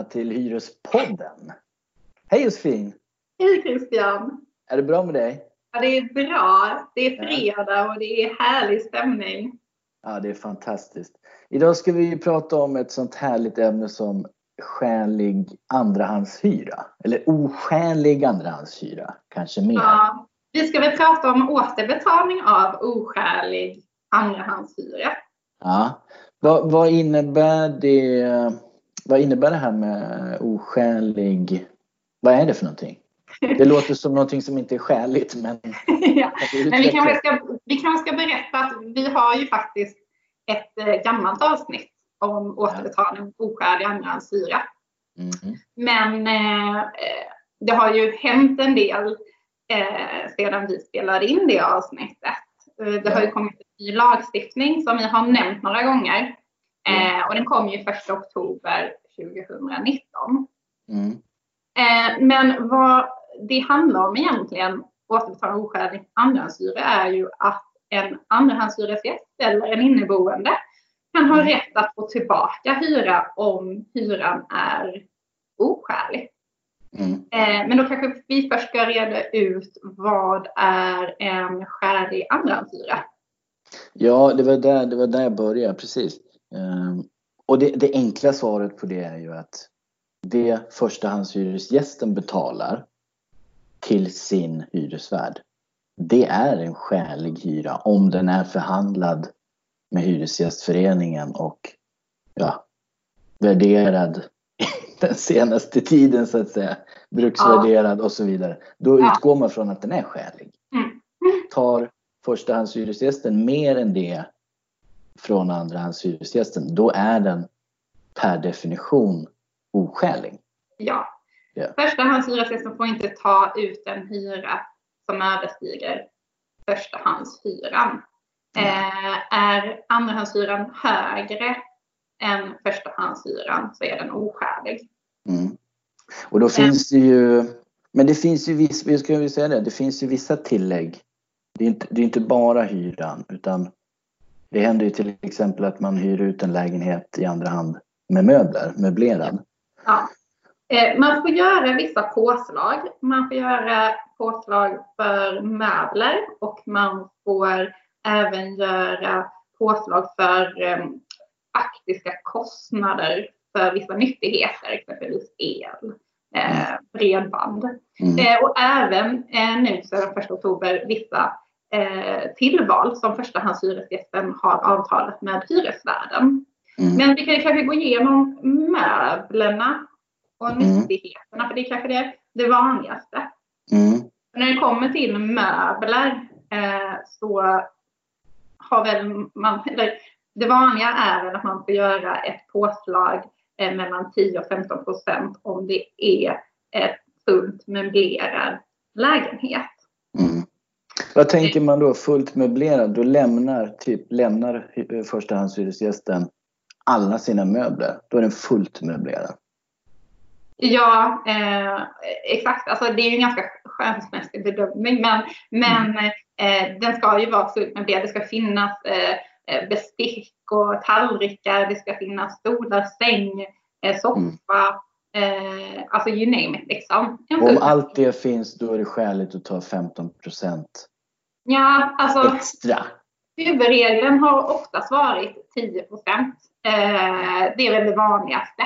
till Hyrespodden. Hej Josefin! Hej Christian! Är det bra med dig? Ja, det är bra. Det är fredag och det är härlig stämning. Ja, det är fantastiskt. Idag ska vi prata om ett sånt härligt ämne som skälig andrahandshyra. Eller oskälig andrahandshyra, kanske mer. Ja, vi ska väl prata om återbetalning av oskälig andrahandshyra. Ja, vad innebär det? Vad innebär det här med oskälig? Vad är det för någonting? Det låter som någonting som inte är skäligt, men... Ja. Men vi kanske ska berätta att vi har ju faktiskt ett gammalt avsnitt om återbetalning av oskälig andrahandshyra. Mm. Men det har ju hänt en del sedan vi spelade in det avsnittet. Det har ju kommit en ny lagstiftning som vi har nämnt några gånger. Och den kom ju 1 oktober 2019. Mm. Men vad det handlar om egentligen, återbetalning av oskälig andrahandshyra, är ju att en andrahandshyresgäst eller en inneboende kan ha rätt att få tillbaka hyra om hyran är oskälig. Men då kanske vi först ska reda ut vad är en skälig andrahandshyra. Ja, det var där jag började, precis. Och det enkla svaret på det är ju att det förstahandshyresgästen betalar till sin hyresvärd, det är en skälig hyra om den är förhandlad med Hyresgästföreningen och värderad den senaste tiden, så att säga, bruksvärderad och så vidare. Då utgår man från att den är skälig. Tar förstahandshyresgästen mer än det från andrahandshyresgästen, då är den per definition oskälig. Ja. Förstahandshyresgästen får inte ta ut en hyra som överstiger förstahandshyran. Är andrahandshyran högre än förstahandshyran så är den oskälig. Och då finns det ju, men det finns ju det finns ju vissa tillägg. Det är inte bara hyran, utan det händer ju till exempel att man hyr ut en lägenhet i andra hand med möblerad. Ja. Man får göra vissa påslag. Man får göra påslag för möbler och man får även göra påslag för faktiska kostnader för vissa nyttigheter, exempelvis el, bredband. Och även nu sedan 1 oktober vissa tillval som förstahandshyresgästen har avtalat med hyresvärden. Men vi kan kanske gå igenom möblerna och nyttigheterna, för det är kanske det vanligaste. När det kommer till möbler så har väl man, det vanliga är att man får göra ett påslag mellan 10 och 15% om det är ett fullt möblerad lägenhet. Vad tänker man då fullt möblerad? Då lämnar förstahandshyresgästen alla sina möbler. Då är den fullt möblerad. Ja, exakt. Alltså det är ju en ganska skönsmässig bedömning. Men den ska ju vara fullt möblerad. Det ska finnas bestick och tallrikar. Det ska finnas stolar, säng, soffa. Alltså you name it liksom. Om allt det finns, då är det skäligt att ta 15%. Ja, alltså extra. Huvudregeln har oftast varit 10%. Det är väl det vanligaste.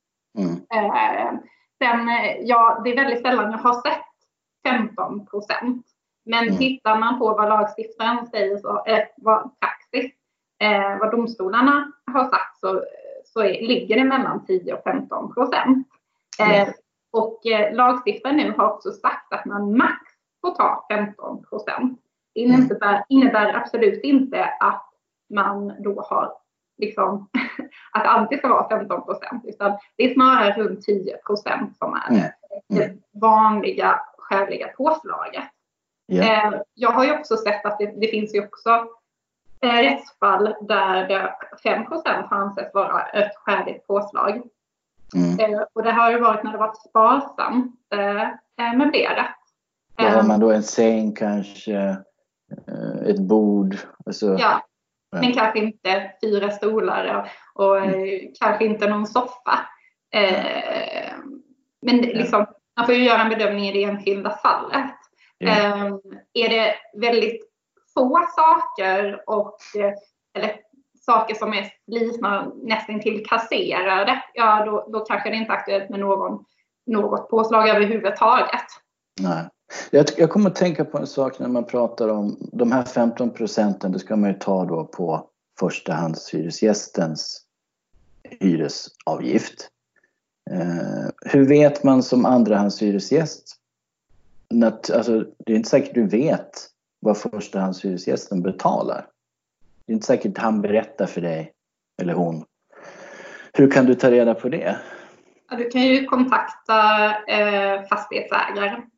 Sen, det är väldigt sällan jag har sett 15%. Men tittar man på vad lagstiftaren säger, vad praxis, vad domstolarna har sagt, så ligger det mellan 10 och 15%. Och lagstiftaren nu har också sagt att man max får ta 15%. Det innebär absolut inte att man då har liksom att det alltid ska vara 15%, utan det är snarare runt 10% som är det vanliga skäliga påslaget. Jag har ju också sett att det finns ju också rättsfall där 5% har ansetts vara ett skäligt påslag. Och det har ju varit när det varit sparsamt möblerat. Då har man då en säng, kanske ett bord. Alltså, men kanske inte 4 stolar och kanske inte någon soffa. Men liksom, man får ju göra en bedömning i det enskilda fallet. Är det väldigt få saker eller saker som är slitna nästan till kasserade, då kanske det inte är aktuellt med något påslag överhuvudtaget. Nej. Jag kommer att tänka på en sak när man pratar om de här 15%, det ska man ju ta då på förstahandshyresgästens hyresavgift. Hur vet man som andrahandshyresgäst? Alltså, det är inte säkert du vet vad förstahandshyresgästen betalar. Det är inte säkert han berättar för dig eller hon. Hur kan du ta reda på det? Ja, du kan ju kontakta fastighetsägaren.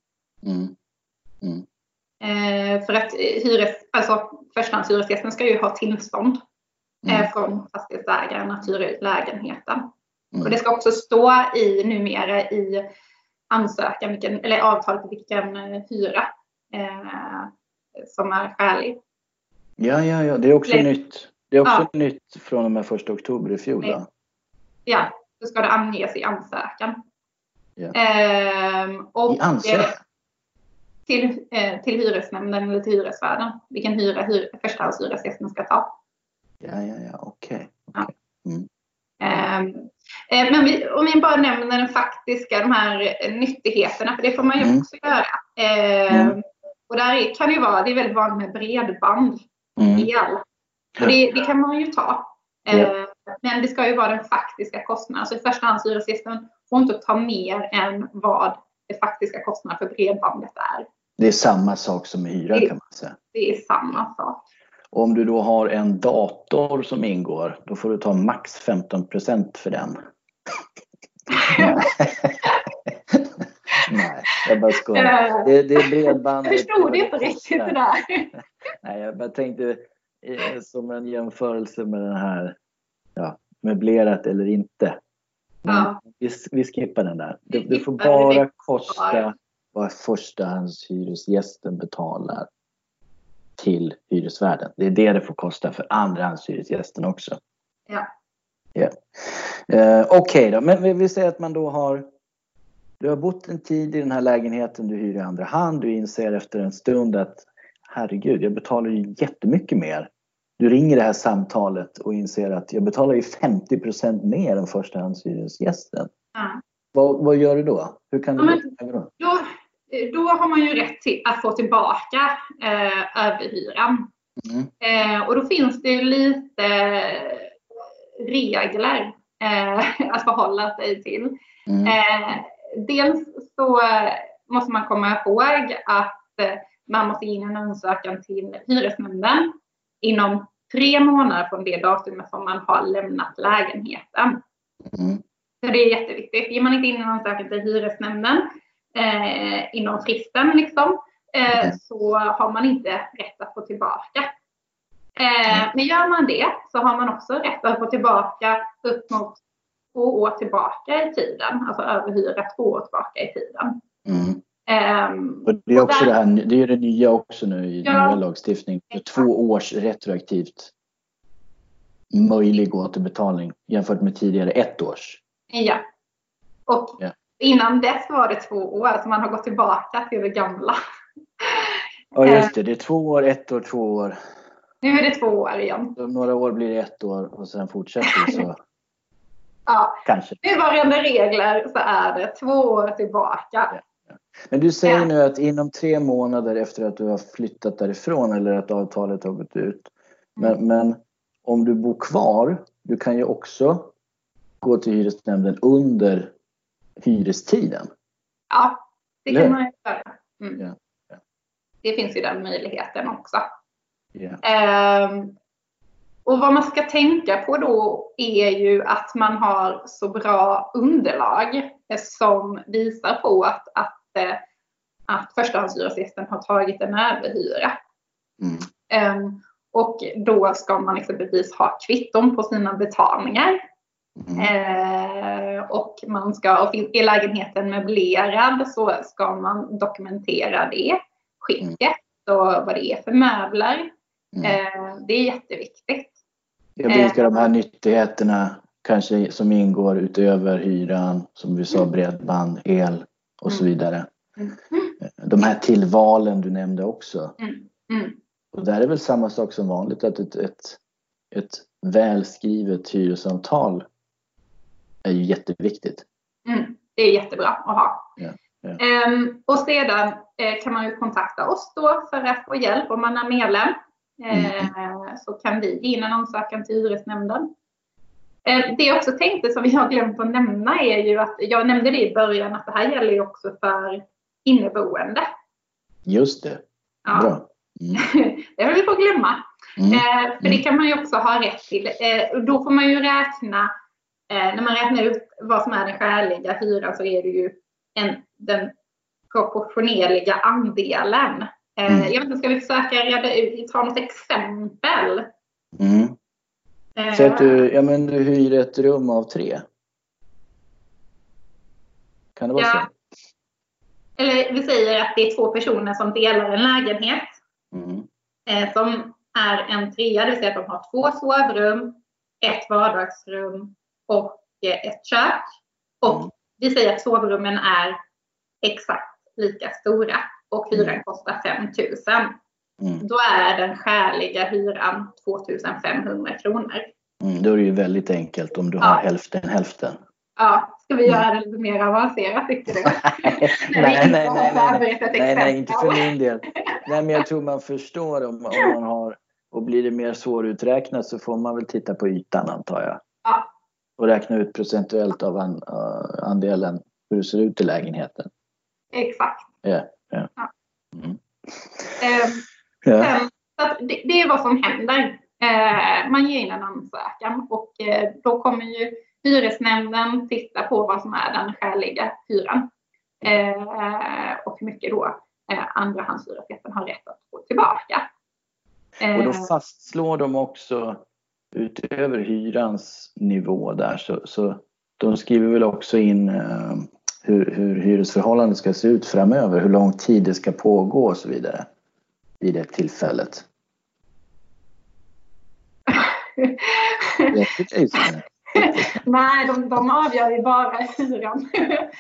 För att förstahandshyresgästen ska ju ha tillstånd från fastighetsägaren att hyra ut lägenheten. Och det ska också stå numera i ansökan eller avtalet vilken hyra som är skälig. Ja. Det är också nytt. Det är också nytt från och med 1 oktober i fjol. Då. Ja, då ska det anges i ansökan. Ja. Och i ansökan? Till hyresnämnden eller till hyresvärden. Vilken hyra förstahandshyresgästen ska ta. Ja, okej. Men om vi bara nämner den faktiska, de här nyttigheterna, för det får man ju också göra. Och där kan det ju vara, det är väldigt vanligt med bredband. Och det kan man ju ta. Men det ska ju vara den faktiska kostnaden. Så i förstahandshyresgästen får inte ta mer än vad det faktiska kostnaden för bredbandet är. Det är samma sak som med hyra kan man säga. Det är samma sak. Och om du då har en dator som ingår, då får du ta max 15% för den. Nej, jag bara skojar. Det är bredband. Jag förstod det inte riktigt det där. Nej, jag bara tänkte som en jämförelse med den här möblerat eller inte. Men vi skippar den där. Det får bara kosta vad förstahandshyresgästen betalar till hyresvärden. Det är det får kosta för andrahandshyresgästen också. Okej då, men vi säger att man då du har bott en tid i den här lägenheten, du hyr i andra hand, du inser efter en stund att herregud, jag betalar ju jättemycket mer. Du ringer det här samtalet och inser att jag betalar ju 50% mer än förstahandshyresgästen. Vad gör du då? Hur kan du då? Då har man ju rätt till att få tillbaka överhyran. Och då finns det ju lite regler att förhålla sig till. Dels så måste man komma ihåg att man måste in en ansökan till hyresnämnden inom 3 månader från det datumet som man har lämnat lägenheten. Så det är jätteviktigt. Ger man inte in en ansökan till hyresnämnden inom fristen så har man inte rätt att få tillbaka. Men gör man det så har man också rätt att få tillbaka upp mot 2 år tillbaka i tiden. Alltså överhyra 2 år tillbaka i tiden. Och det är också det är det nya också nu i nya lagstiftning. 2 års retroaktivt möjlig återbetalning jämfört med tidigare 1 års. Ja. Och innan dess var det 2 år, så man har gått tillbaka till det gamla. Ja just det, det är 2 år, 1 år, 2 år. Nu är det 2 år igen. Om några år blir det 1 år och sen fortsätter det så. Kanske. Nuvarande regler så är det 2 år tillbaka. Men du säger nu att inom 3 månader efter att du har flyttat därifrån eller att avtalet har gått ut. Men om du bor kvar, du kan ju också gå till hyresnämnden under hyrestiden. Ja, det kan man göra. Det finns ju den möjligheten också. Och vad man ska tänka på då är ju att man har så bra underlag som visar på att förstahandshyresgästen har tagit en överhyra. Och då ska man exempelvis ha kvitton på sina betalningar. Och man ska, är lägenheten möblerad så ska man dokumentera det skicket och vad det är för möbler. Det är jätteviktigt. Vilka de här nyttigheterna kanske som ingår utöver hyran, som vi sa, bredband, el och så vidare. De här tillvalen du nämnde också. Och där är väl samma sak som vanligt, att ett välskrivet hyresavtal är ju jätteviktigt. Det är jättebra att ha. Ja. Och sedan kan man ju kontakta oss då för att få hjälp om man är medlem. Så kan vi ge in en ansökan till hyresnämnden. Det jag också tänkte som vi har glömt att nämna är ju att jag nämnde det i början, att det här gäller ju också för inneboende. Just det. Ja. Bra. Det har vi fått glömma. För det kan man ju också ha rätt till. Då får man ju räkna, när man räknar ut vad som är den skäliga hyran, så är det ju den proportionerliga andelen. Jag vet inte, ska vi försöka reda ut, ta något exempel? Så att du hyr ett rum av 3. Kan det vara så? Eller vi säger att det är 2 personer som delar en lägenhet. Som är en 3, det vill säga att de har 2 sovrum, 1 vardagsrum och ett kök. Och vi säger att sovrummen är exakt lika stora och hyran kostar 5 000. Då är den skäliga hyran 2 500 kronor. Då är det ju väldigt enkelt om du har hälften. Ja, ska vi göra det lite mer avancerat, tycker du? Nej, inte för min del. Nej, men jag tror man förstår om man har, och blir det mer svåruträknat så får man väl titta på ytan, antar jag. Ja. Och räkna ut procentuellt av andelen hur det ser ut i lägenheten. Exakt. Ja. Så det är vad som händer. Man ger in en ansökan och då kommer ju hyresnämnden titta på vad som är den skäliga hyran. Och hur mycket då andrahandshyresgästen har rätt att få tillbaka. Och då fastslår de också utöver hyrans nivå där, så de skriver väl också in hur hyresförhållandet ska se ut framöver, hur lång tid det ska pågå och så vidare vid det tillfället. Nej, de avgör ju bara hyran.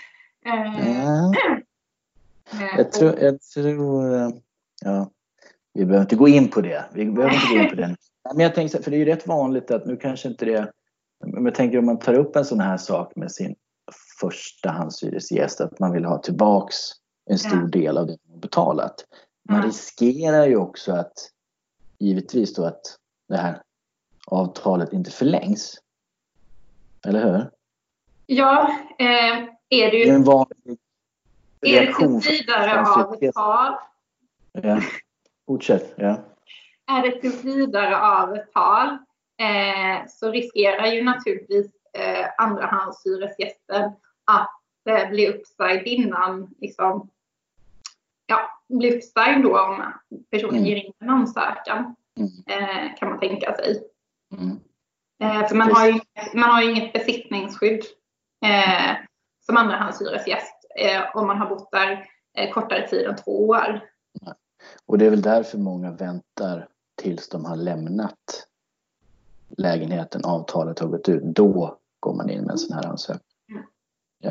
Jag tror ja, vi behöver inte gå in på det. Men jag tänker, för det är ju rätt vanligt att nu kanske inte det, men jag tänker om man tar upp en sån här sak med sin förstahandshyresgäst, att man vill ha tillbaks en stor del av det man betalat. Man riskerar ju också att, givetvis då, att det här avtalet inte förlängs. Eller hur? Ja, är det ju en vanlig reaktion vidare avtal. Ja, fortsätt. Ja. Är det tills vidare avtal så riskerar ju naturligtvis andrahandshyresgästen att bli uppsagd innan, liksom, bli uppsagd då om personen ger in en ansökan, kan man tänka sig. För man har ju inget besittningsskydd som andrahandshyresgäst om man har bott där kortare tid än 2 år. Och det är väl därför många väntar tills de har lämnat lägenheten, avtalet har gått ut. Då går man in med en sån här ansökan. Ja.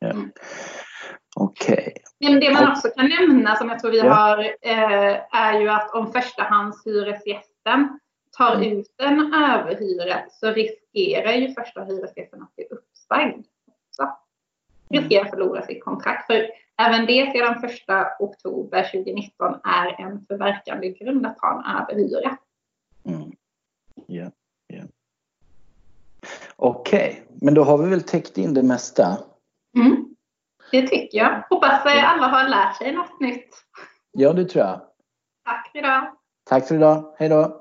Okej. Men det man också kan nämna, som jag tror vi har, är ju att om förstahandshyresgästen tar ut en överhyra så riskerar ju första hyresgästen att bli uppsagd. Riskerar att förlora sitt kontrakt. För även det sedan 1 oktober 2019 är en förverkande grund att ha en överhyra. Ja. Okej, men då har vi väl täckt in det mesta. Det tycker jag. Hoppas alla har lärt sig något nytt. Ja, det tror jag. Tack för idag. Tack för idag. Hej då.